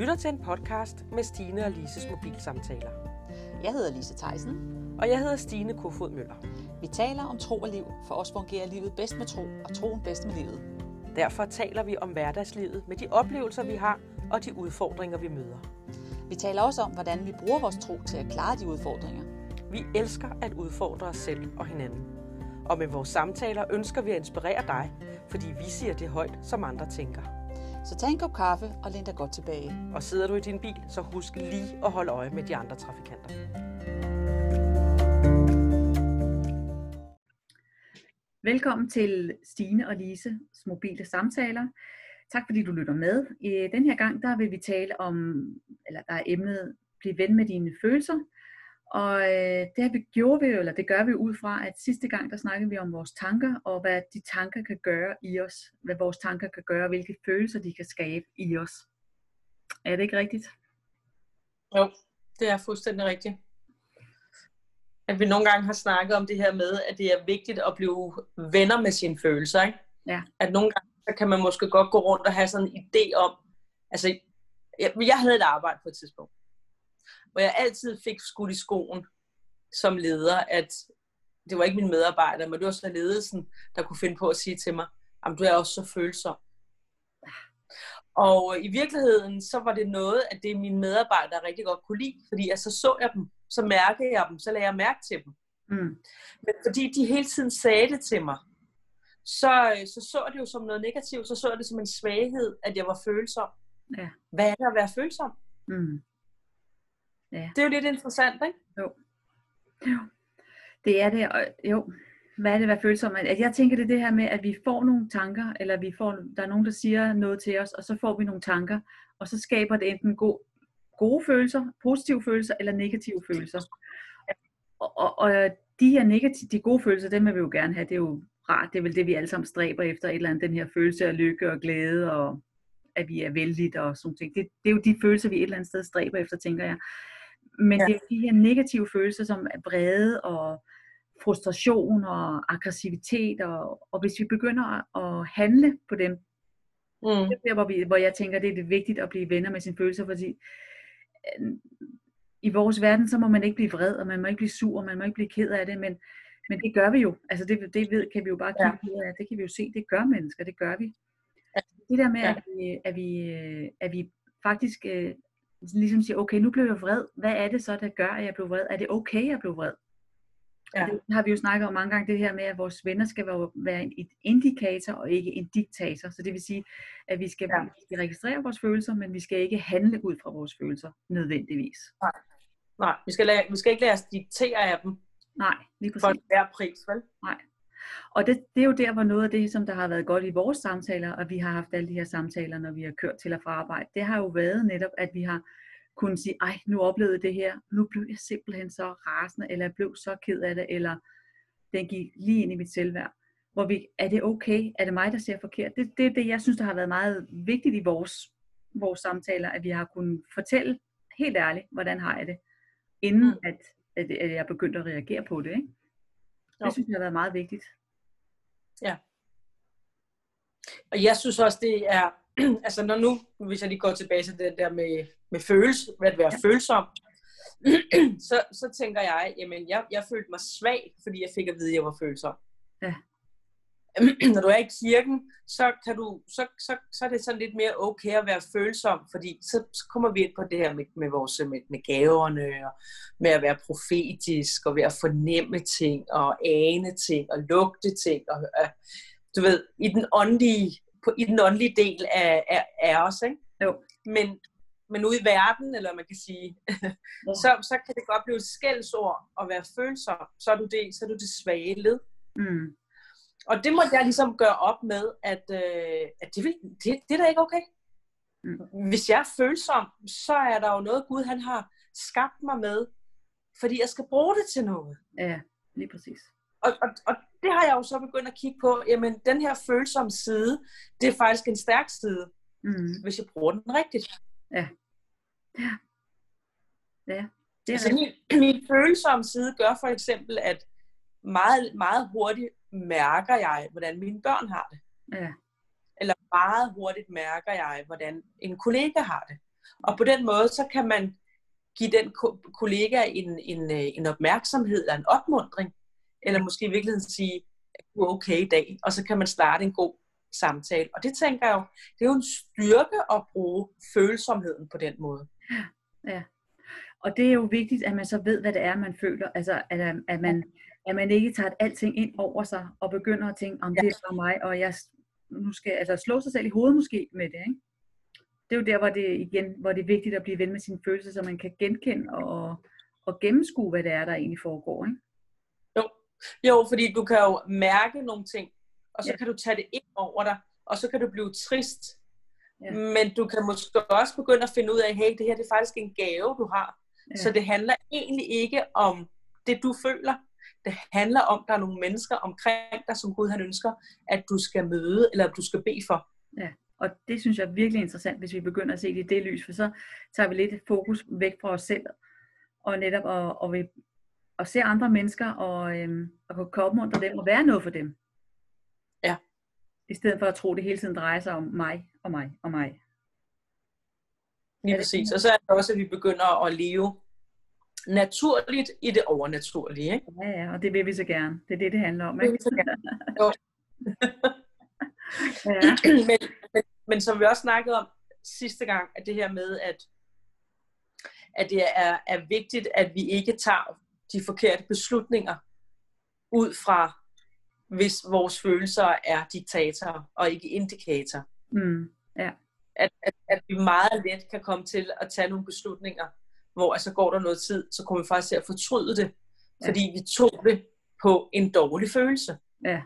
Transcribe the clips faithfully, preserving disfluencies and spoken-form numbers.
lytter til en podcast med Stine og Lises mobilsamtaler. Jeg hedder Lise Theisen. Og jeg hedder Stine Kofod Møller. Vi taler om tro og liv. For os fungerer livet bedst med tro, og troen bedst med livet. Derfor taler vi om hverdagslivet med de oplevelser, vi har, og de udfordringer, vi møder. Vi taler også om, hvordan vi bruger vores tro til at klare de udfordringer. Vi elsker at udfordre os selv og hinanden. Og med vores samtaler ønsker vi at inspirere dig, fordi vi siger det højt, som andre tænker. Så tag en kop kaffe og læn dig godt tilbage. Og sidder du i din bil, så husk lige at holde øje med de andre trafikanter. Velkommen til Stine og Lises mobile samtaler. Tak fordi du lytter med. I den her gang der vil vi tale om, eller der er emnet, bliv ven med dine følelser. Og det har vi gjort, eller det gør vi ud fra, at sidste gang der snakkede vi om vores tanker, og hvad de tanker kan gøre i os. Hvad vores tanker kan gøre, og hvilke følelser de kan skabe i os. Er det ikke rigtigt? Jo, det er fuldstændig rigtigt. At vi nogle gange har snakket om det her med, at det er vigtigt at blive venner med sine følelser. Ikke? Ja. At nogle gange så kan man måske godt gå rundt og have sådan en idé om, altså jeg, jeg havde et arbejde på et tidspunkt, hvor jeg altid fik skudt i skoen som leder, at det var ikke mine medarbejdere, men det var så ledelsen, der kunne finde på at sige til mig, jamen du er også så følsom. Og i virkeligheden, så var det noget, at det mine medarbejdere rigtig godt kunne lide, fordi jeg så så jeg dem, så mærkede jeg dem, så lagde jeg mærke til dem. Mm. Men fordi de hele tiden sagde det til mig, så, så så det jo som noget negativt, så så det som en svaghed, at jeg var følsom. Ja. Hvad er det at være følsom? Mm. Ja. Det er jo lidt interessant, ikke? Jo. Jo. Det er det, og jo. Hvad er det at være følsom? At jeg tænker det er det her med, at vi får nogle tanker, eller vi får, der er nogen, der siger noget til os, og så får vi nogle tanker, og så skaber det enten gode, gode følelser, positive følelser, eller negative følelser. Og, og, og de her negative, de gode følelser, dem vil vi jo gerne have. Det er jo rart, det er vel det, vi alle sammen stræber efter, et eller andet, den her følelse af lykke og glæde, og at vi er vældigt og sådan ting. Det, det er jo de følelser, vi et eller andet sted stræber efter, tænker jeg. Men ja. Det er de her negative følelser, som er vrede og frustration og aggressivitet, og, og hvis vi begynder at, at handle på dem, mm. det er der, hvor, vi, hvor jeg tænker, det er det vigtigt at blive venner med sine følelser, fordi øh, i vores verden, så må man ikke blive vred, og man må ikke blive sur, og man må ikke blive ked af det, men, men det gør vi jo, altså det, det ved, kan vi jo bare kigge på, ja. Det kan vi jo se, det gør mennesker, det gør vi. Altså, det der med, ja. at, vi, at, vi, at vi faktisk øh, ligesom siger, okay, nu blev jeg vred, hvad er det så, der gør, at jeg blev vred? Er det okay, at jeg blev vred? Ja. Det har vi jo snakket om mange gange, det her med, at vores venner skal være, være en indikator og ikke en diktator. Så det vil sige, at vi skal, ja. vi skal registrere vores følelser, men vi skal ikke handle ud fra vores følelser nødvendigvis. Nej, Nej. Vi, skal lade, vi skal ikke lade os diktere af dem. Nej, lige præcis. For hver pris, vel? Nej. Og det, det er jo der, hvor noget af det, som der har været godt i vores samtaler, og vi har haft alle de her samtaler, når vi har kørt til og fra arbejde, det har jo været netop, at vi har kunne sige, ej, nu oplevede det her, nu blev jeg simpelthen så rasende, eller jeg blev så ked af det, eller den gik lige ind i mit selvværd. Hvor vi, er det okay? Er det mig, der ser forkert? Det er det, det, jeg synes, der har været meget vigtigt i vores, vores samtaler, at vi har kunnet fortælle helt ærligt, hvordan har jeg det, inden mm. at, at, at jeg begyndte at reagere på det. Ikke? Det jo. Synes jeg har været meget vigtigt. Ja. Og jeg synes også, det er, altså når nu, hvis jeg lige går tilbage til det der med, med følelse, at være ja. følsom, så, så tænker jeg, jamen jeg, jeg følte mig svag, fordi jeg fik at vide, at jeg var følsom. Ja. Når du er i kirken, så, kan du, så, så, så er det sådan lidt mere okay at være følsom, fordi så, så kommer vi ind på det her med, med, vores, med, med gaverne, og med at være profetisk, og ved at fornemme ting, og ane ting, og lugte ting, og øh, du ved, i den åndelige, på, i den åndelige del af, af, af os, ikke? Jo. Men, men ude i verden, eller man kan sige, ja. så, så kan det godt blive et skældsord at være følsom, så er du det, så er du det svage led. Mm. Og det måtte jeg ligesom gøre op med, at, øh, at det, det, det er da ikke okay. Mm. Hvis jeg er følsom, så er der jo noget Gud, han har skabt mig med, fordi jeg skal bruge det til noget. Ja, lige præcis. Og, og, og det har jeg jo så begyndt at kigge på, jamen den her følsomme side, det er faktisk en stærk side, mm. hvis jeg bruger den rigtigt. Ja. Ja. Ja. Det er altså min, min følsomme side gør for eksempel, at meget, meget hurtigt mærker jeg, hvordan mine børn har det. Ja. Eller meget hurtigt mærker jeg, hvordan en kollega har det. Og på den måde, så kan man give den ko- kollega en, en, en opmærksomhed eller en opmuntring, eller måske i virkeligheden sige, at du er okay i dag, og så kan man starte en god samtale. Og det tænker jeg jo, det er jo en styrke at bruge følsomheden på den måde. Ja. Og det er jo vigtigt, at man så ved, hvad det er, man føler. Altså, at, at, man, at man ikke tager alting ind over sig, og begynder at tænke, om det er for mig, og jeg nu skal altså slå sig selv i hovedet måske med det, ikke? Det er jo der, hvor det, igen, hvor det er vigtigt at blive ven med sine følelser, så man kan genkende og, og gennemskue, hvad det er, der egentlig foregår, ikke? Jo. jo, fordi du kan jo mærke nogle ting, og så ja. kan du tage det ind over dig, og så kan du blive trist. Ja. Men du kan måske også begynde at finde ud af, hey, det her det er faktisk en gave, du har. Ja. Så det handler egentlig ikke om det, du føler. Det handler om, at der er nogle mennesker omkring dig, som Gud han ønsker, at du skal møde, eller at du skal bede for. Ja, og det synes jeg er virkelig interessant, hvis vi begynder at se det i det lys, for så tager vi lidt fokus væk fra os selv, og netop at, og vi, at se andre mennesker, og, øhm, og kunne opmuntre dem, og være noget for dem. Ja. I stedet for at tro, at det hele tiden drejer sig om mig, og mig, og mig. Lige præcis. Og så er det også, at vi begynder at leve naturligt i det overnaturlige, ikke? Ja, ja, og det vil vi så gerne. Det er det, det handler om, ikke? Det vil vi så gerne. Jo. ja. men, men, men som vi også snakkede om sidste gang, at det her med, at, at det er, er vigtigt, at vi ikke tager de forkerte beslutninger ud fra, hvis vores følelser er diktatorer og ikke indikatorer. Mm, ja. At, at, at vi meget let kan komme til at tage nogle beslutninger, hvor altså går der noget tid, så kommer vi faktisk til at fortryde det, ja. Fordi vi tog det på en dårlig følelse. Ja.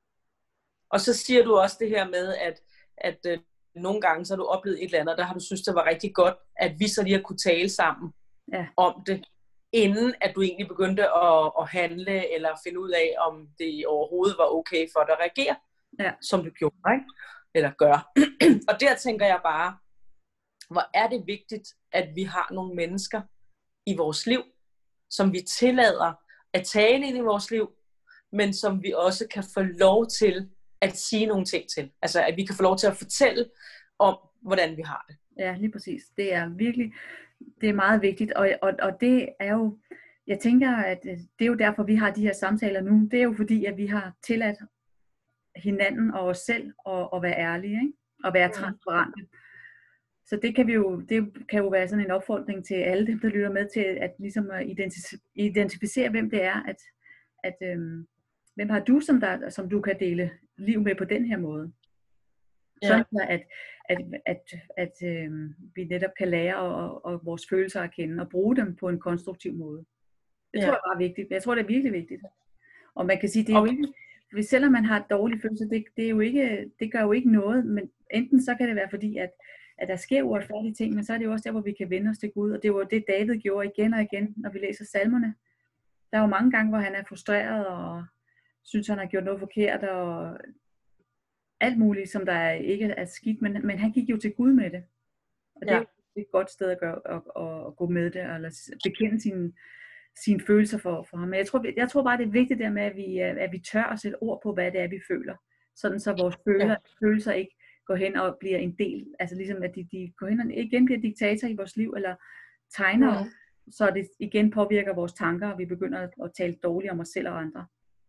Og så siger du også det her med, at, at øh, nogle gange så har du oplevet et eller andet, der har du synes, det var rigtig godt, at vi så lige har kunne tale sammen ja. om det, inden at du egentlig begyndte at, at handle, eller finde ud af, om det overhovedet var okay for dig at reagere, ja. som du gjorde, ikke? Eller gør. Og der tænker jeg bare, hvor er det vigtigt, at vi har nogle mennesker i vores liv, som vi tillader at tale ind i vores liv, men som vi også kan få lov til at sige nogle ting til. Altså at vi kan få lov til at fortælle om, hvordan vi har det. Ja, lige præcis. Det er virkelig, det er meget vigtigt, og, og, og det er jo, jeg tænker, at det er jo derfor, vi har de her samtaler nu. Det er jo fordi, at vi har tilladt hinanden og os selv at, at være ærlige, ikke? Og være transparente. Så det kan vi jo, det kan jo være sådan en opfordring til alle dem, der lytter med til, at ligesom at identificere, hvem det er, at, at øhm, hvem har du, som, der, som du kan dele liv med på den her måde. Ja. Sådan at, at, at, at øhm, vi netop kan lære og, og vores følelser at kende, og bruge dem på en konstruktiv måde. Det ja. tror jeg er vigtigt. Jeg tror, det er virkelig vigtigt. Og man kan sige, det er jo ikke, hvis selvom man har et dårligt følelse, det, det, er jo ikke, det gør jo ikke noget, men enten så kan det være fordi, at at der sker uretfærdige ting, men så er det jo også der, hvor vi kan vende os til Gud, og det var det, David gjorde igen og igen, når vi læser salmerne. Der er jo mange gange, hvor han er frustreret, og synes, han har gjort noget forkert, og alt muligt, som der ikke er skidt, men, men han gik jo til Gud med det. Og det ja. er et godt sted at, gøre, at, at, at gå med det, eller bekende sine, sine følelser for, for ham. Men jeg tror, jeg tror bare, det er vigtigt der med, at vi, at vi tør at sætte ord på, hvad det er, vi føler. Sådan så vores følelser, ja. følelser ikke går hen og bliver en del, altså ligesom at de, de går hen og igen bliver diktator i vores liv, eller tegner, mm. så det igen påvirker vores tanker, og vi begynder at, at tale dårligt om os selv og andre.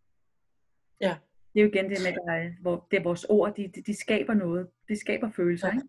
Ja. Det er jo igen det med, at hvor det er vores ord, de, de, de skaber noget, de skaber følelser, ja. Ikke?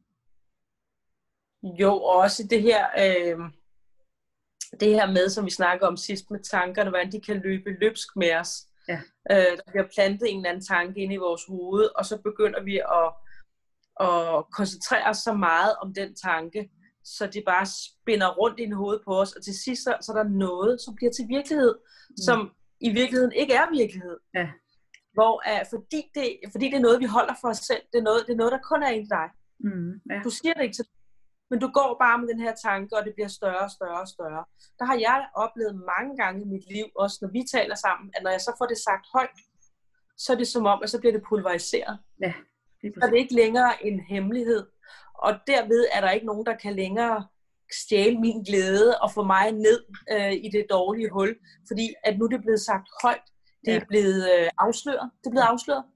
Jo, og også det her, øh, det her med, som vi snakker om sidst med tankerne, hvordan de kan løbe løbsk med os. Ja. Øh, der bliver plantet en eller anden tanke ind i vores hoved, og så begynder vi at og koncentrere os så meget om den tanke, så det bare spinner rundt i hovedet på os, og til sidst så, så er der noget, som bliver til virkelighed, mm. som i virkeligheden ikke er virkelighed. Ja. Hvor, uh, fordi, det, fordi det er noget, vi holder for os selv, det er noget, det er noget der kun er inde i dig. Mm. Ja. Du siger det ikke til, men du går bare med den her tanke, og det bliver større og større og større. Der har jeg oplevet mange gange i mit liv, også når vi taler sammen, at når jeg så får det sagt højt, så er det som om, at så bliver det pulveriseret. Ja. Så er det ikke længere en hemmelighed, og derved er der ikke nogen, der kan længere stjæle min glæde og få mig ned øh, i det dårlige hul, fordi at nu er det blevet sagt højt, det er ja. blevet øh, afsløret, det er blevet afsløret.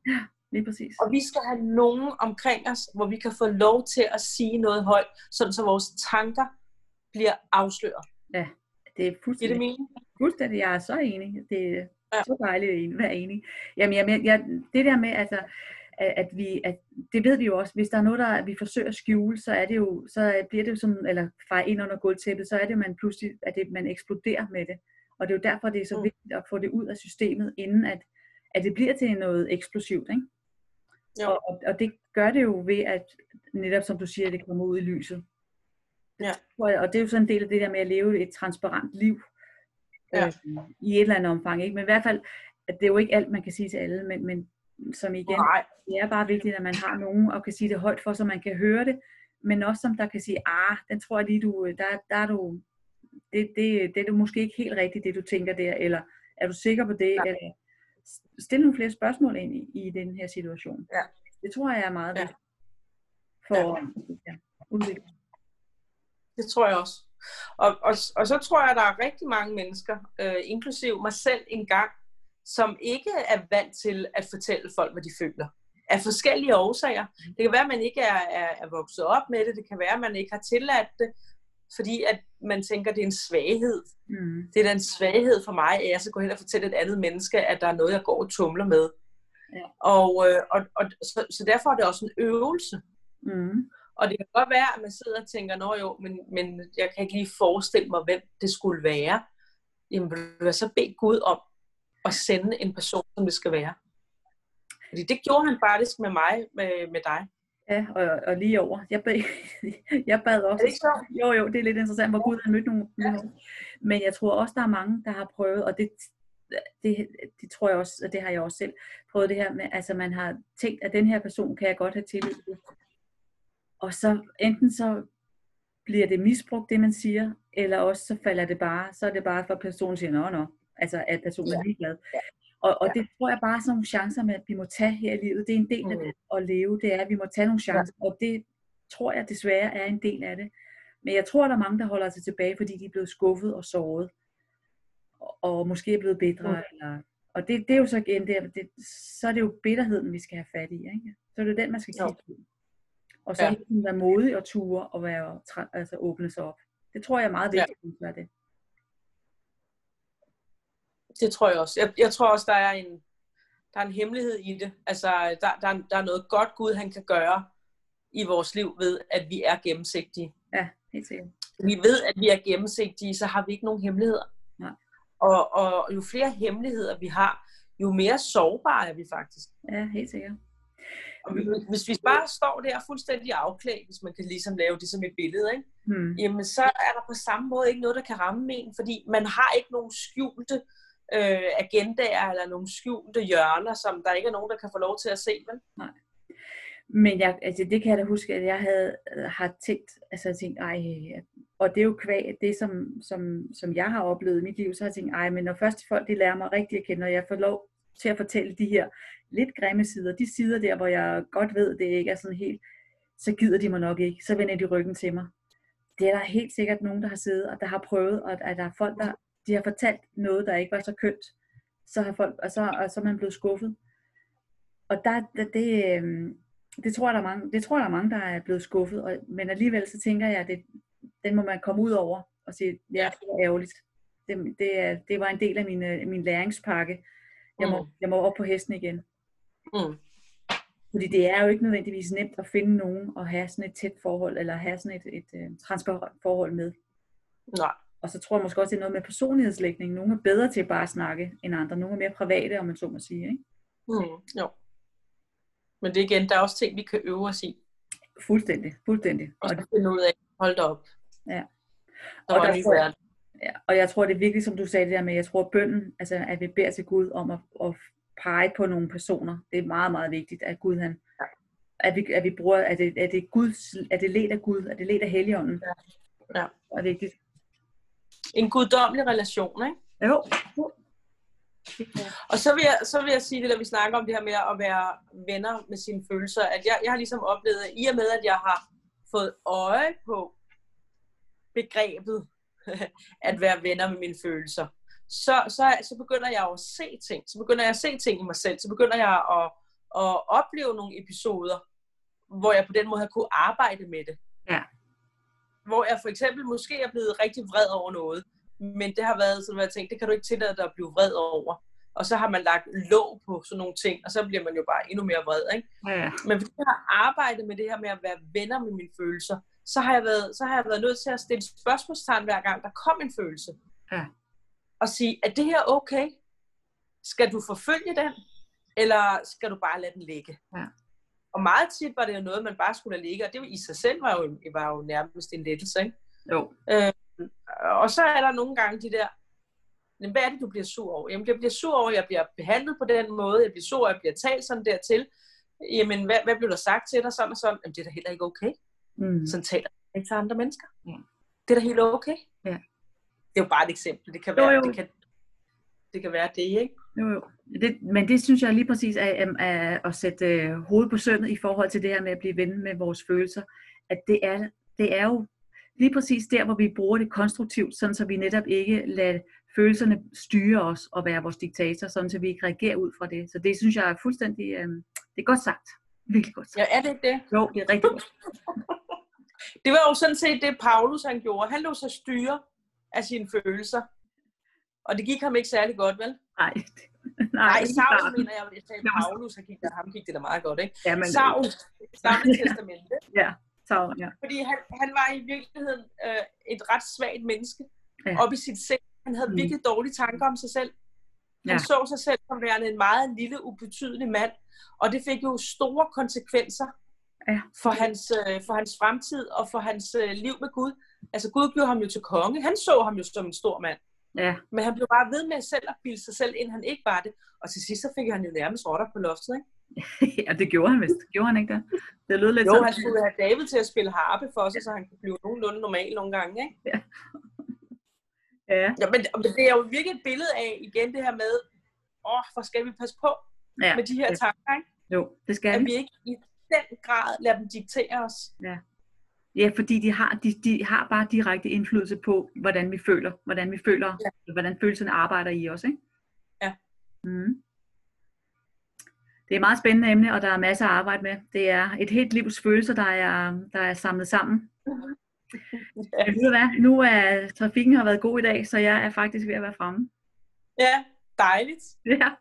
lige præcis. Og vi skal have nogen omkring os, hvor vi kan få lov til at sige noget højt, sådan så vores tanker bliver afsløret. Ja, det er fuldstændig. Er det mening? Fuldstændig, jeg er så enig. Det er ja. så dejligt at være enig. Jamen, jeg, jeg, det der med, altså, at vi, at, det ved vi jo også, hvis der er noget, der vi forsøger at skjule, så er det jo, så bliver det jo sådan, eller feje ind under gulvtæppet, så er det, man pludselig, at det, man eksploderer med det. Og det er jo derfor, det er så mm. vigtigt at få det ud af systemet, inden at, at det bliver til noget eksplosivt, ikke? Og, og, og det gør det jo ved, at netop som du siger, det kommer ud i lyset. Ja. Og, og det er jo sådan en del af det der med at leve et transparent liv, ja. øh, i et eller andet omfang, ikke? Men i hvert fald, at det er jo ikke alt, man kan sige til alle, men, men som igen, Nej. det er bare vigtigt, at man har nogen, og kan sige det højt for, så man kan høre det, men også som der kan sige, ah, den tror jeg lige, du, der, der er du, det, det, det er du måske ikke helt rigtigt, det du tænker der, eller er du sikker på det, ja. Eller stille nogle flere spørgsmål ind i, i den her situation. Ja. Det tror jeg er meget ja. vigtigt for ja. Ja, udvikling. Det tror jeg også. Og, og, og så tror jeg, at der er rigtig mange mennesker, øh, inklusiv mig selv engang, som ikke er vant til at fortælle folk, hvad de føler. Af forskellige årsager. Det kan være, at man ikke er, er, er vokset op med det. Det kan være, at man ikke har tilladt det, fordi at man tænker, at det er en svaghed. Mm. Det er da en svaghed for mig, at jeg skal gå hen og fortælle et andet menneske, at der er noget, jeg går og tumler med. Ja. Og, øh, og, og så, så derfor er det også en øvelse. Mm. Og det kan godt være, at man sidder og tænker, nå jo, men, men jeg kan ikke lige forestille mig, hvem det skulle være. Jamen, vil du så bede Gud om at sende en person, som det skal være? Fordi det gjorde han faktisk med mig, med, med dig. Ja, og, og lige over. Jeg bad, jeg bad også. Er det ikke så? Jo, jo, det er lidt interessant, hvor Gud har mødt nogle. Ja. Men jeg tror også, der er mange, der har prøvet, og det, det, det tror jeg også, og det har jeg også selv prøvet det her med, altså man har tænkt, at den her person kan jeg godt have tillid til. Og så enten så bliver det misbrugt, det man siger, eller også så falder det bare, så er det bare for at personen siger, nå, nå, altså at personen er ligeglad. Ja. Og, og ja. det tror jeg bare er sådan nogle chancer med, at vi må tage her i livet. Det er en del af det at leve, det er, at vi må tage nogle chancer, ja. Og det tror jeg desværre er en del af det. Men jeg tror, der er mange, der holder sig tilbage, fordi de er blevet skuffet og såret, og, og måske er blevet bedre. Mm. Eller, og det, det er jo så igen, det, det, så er det jo bitterheden, vi skal have fat i, ikke? Så er det den, man skal kigge på. Og så ja. Hele være modig og ture og være, altså åbne sig op. Det tror jeg er meget vigtigt, ja. At det. Det tror jeg også. Jeg, jeg tror også, der er en, der er en hemmelighed i det. Altså, der, der, er, der er noget godt Gud, han kan gøre i vores liv ved, at vi er gennemsigtige. Ja, helt sikkert. Vi ved, at vi er gennemsigtige, så har vi ikke nogen hemmeligheder. Nej. Og, og jo flere hemmeligheder vi har, jo mere sårbare er vi faktisk. Ja, helt sikkert. Og hvis vi bare står der fuldstændig afklædt, hvis man kan ligesom lave det som et billede, ikke? Hmm. Jamen så er der på samme måde ikke noget, der kan ramme en, fordi man har ikke nogen skjulte øh, agendaer eller nogle skjulte hjørner, som der ikke er nogen, der kan få lov til at se, vel? Nej. Men jeg, altså, det kan jeg da huske, at jeg havde, har tænkt, altså jeg tænkt, ej, og det er jo kvæg, det som, som, som jeg har oplevet i mit liv, så har jeg tænkt, ej, men når først folk, de lærer mig rigtig at kende, og jeg får lov til at fortælle de her lidt grimme sider, de sider der, hvor jeg godt ved, det ikke er sådan helt, så gider de mig nok ikke, så vender de ryggen til mig. Det er der helt sikkert nogen, der har siddet, og der har prøvet, og at der er folk, der de har fortalt noget, der ikke var så kønt, så har folk, og så, og så er man blevet skuffet. Og der, det, det, det, tror jeg, der er mange, det tror jeg, der er mange, der er blevet skuffet, og, men alligevel så tænker jeg, at det, den må man komme ud over, og sige, ja, det er ærgerligt. Det, det, det var en del af min, min læringspakke. Jeg må, mm. jeg må op på hesten igen. Mm. Fordi det er jo ikke nødvendigvis nemt at finde nogen og have sådan et tæt forhold, eller have sådan et, et, et transparent forhold med. Nej. Og så tror jeg måske også, det er noget med personlighedslægning. Nogle er bedre til bare at snakke end andre. Nogle er mere private, om man så må sige. Ikke? Mm. Jo. Men det igen, der er også ting, vi kan øve os i. Fuldstændig, fuldstændig. Og så finde ud af, hold da op. Ja. Der og, var der en tror, verden. ja, og jeg tror, det er virkelig, som du sagde det der med, jeg tror bønnen, altså at vi beder til Gud om at, at pege på nogle personer. Det er meget, meget vigtigt, at Gud han, ja. at, vi, at vi bruger, at det, at det er Guds, at det ledt af Gud, at det ledt af Helligånden. Ja. Ja. Det er vigtigt. En guddommelig relation, ikke? Jo. Og så vil, jeg, så vil jeg sige det, da vi snakker om det her med at være venner med sine følelser, at jeg, jeg har ligesom oplevet, at i og med, at jeg har fået øje på begrebet at være venner med mine følelser, så, så, så begynder jeg jo at se ting. Så begynder jeg at se ting i mig selv. Så begynder jeg at, at opleve nogle episoder, hvor jeg på den måde har kunne arbejde med det. Ja. Hvor jeg for eksempel måske er blevet rigtig vred over noget, men det har været sådan, at jeg tænkte, det kan du ikke tillade dig at blive vred over. Og så har man lagt låg på sådan nogle ting, og så bliver man jo bare endnu mere vred, ikke? Ja. Men fordi jeg har arbejdet med det her med at være venner med mine følelser, så har jeg været, så har jeg været nødt til at stille spørgsmålstegn hver gang, der kom en følelse. Ja. Og sige, er det her okay? Skal du forfølge den? Eller skal du bare lade den ligge? Ja. Og meget tit var det jo noget, man bare skulle lade ligge, og det i sig selv var jo, var jo nærmest en lettelse, ikke? Jo. Øh, og så er der nogle gange de der, men hvad er det, du bliver sur over? Jamen, jeg bliver sur over, at jeg bliver behandlet på den måde, jeg bliver sur over, at jeg bliver talt sådan dertil. Jamen, hvad, hvad blev der sagt til dig, sådan og sådan? Jamen, det er da heller ikke okay. Mm. Sådan taler jeg ikke til andre mennesker. Ja. Det er da helt okay. Ja. Det er jo bare et eksempel. Det kan være, jo, jo. Det, kan, det kan være det, ikke? Jo, jo. Det, men det synes jeg lige præcis er, er, er at sætte øh, hovedet på sømmet i forhold til det her med at blive ven med vores følelser. At det er, det er jo lige præcis der, hvor vi bruger det konstruktivt, sådan så vi netop ikke lader følelserne styre os og være vores diktator, sådan så vi ikke reagerer ud fra det. Så det synes jeg er fuldstændig, øh, det er godt sagt. Virkelig godt sagt. Ja, er det ikke det? Jo, det er rigtig godt. Det var jo sådan set det, Paulus han gjorde. Han lå sig styre af sine følelser. Og det gik ham ikke særlig godt, vel? Nej. Nej, Saul mener jeg, jeg sagde Paulus, han gik, der, ham gik det da meget godt, ikke? Ja, men... Saul, Gamle Testamente. Ja, Saul, ja. Fordi han, han var i virkeligheden øh, et ret svagt menneske. Ja. Op i sit sind. Han havde virkelig dårlige tanker om sig selv. Han ja. så sig selv som værende en meget lille, ubetydelig mand. Og det fik jo store konsekvenser ja. for, hans, øh, for hans fremtid og for hans øh, liv med Gud. Altså Gud gjorde ham jo til konge. Han så ham jo som en stor mand. Ja. Men han blev bare ved med selv at bilde sig selv ind, han ikke var det. Og til sidst så fik han jo nærmest rotter på loftet, ikke? Ja, det gjorde han vist. Gjorde han ikke det? Det lød lidt jo, sådan. Han skulle have David til at spille harpe for sig, så han kunne blive nogenlunde normal nogle gange, ikke? Ja. Ja. Ja, men, men det er jo virkelig et billede af, igen det her med, åh, hvor skal vi passe på ja. med de her tanker, ikke? Jo, det skal at vi. vi ikke i den grad lader dem diktere os. Ja. Ja, fordi de har, de, de har bare direkte indflydelse på, hvordan vi føler, hvordan vi føler, ja. hvordan følelserne arbejder i os, ikke? Ja. Mm. Det er et meget spændende emne, og der er masser at arbejde med. Det er et helt livs følelser, der er, der er samlet sammen. Mm-hmm. Ja. Men ved du hvad? Nu er trafikken har været god i dag, så jeg er faktisk ved at være fremme. Ja, dejligt. Ja.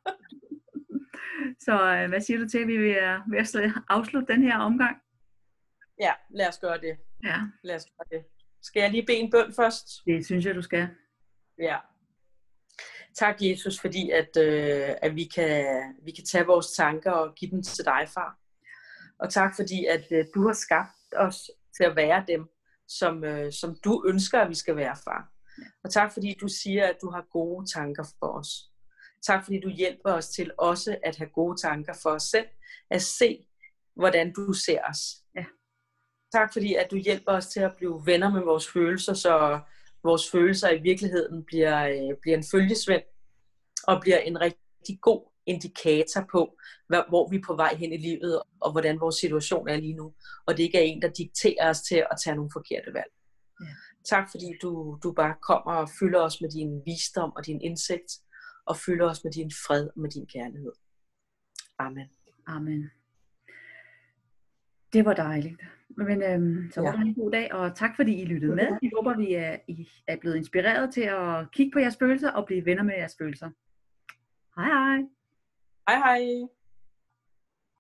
Så hvad siger du til, at vi er ved at afslutte den her omgang? Ja, lad os gøre det. Ja. Lad os gøre det. Skal jeg lige bede en bøn først? Det synes jeg, du skal. Ja. Tak, Jesus, fordi at, øh, at vi, kan, vi kan tage vores tanker og give dem til dig, far. Og tak, fordi at øh, du har skabt os til at være dem, som, øh, som du ønsker, at vi skal være, far. Ja. Og tak, fordi du siger, at du har gode tanker for os. Tak, fordi du hjælper os til også at have gode tanker for os selv, at se, hvordan du ser os. Ja. Tak, fordi at du hjælper os til at blive venner med vores følelser, så vores følelser i virkeligheden bliver, øh, bliver en følgesvend, og bliver en rigtig god indikator på, hvor vi er på vej hen i livet, og hvordan vores situation er lige nu. Og det ikke er en, der dikterer os til at tage nogle forkerte valg. Ja. Tak, fordi du, du bare kommer og fylder os med din visdom og din indsigt, og fylder os med din fred og med din kærlighed. Amen. Amen. Det var dejligt. Men øhm, så var det ja. en god dag, og tak fordi I lyttede med. Jeg håber, vi er, I er blevet inspireret til at kigge på jeres følelser og blive venner med jeres følelser. Hej hej. Hej hej.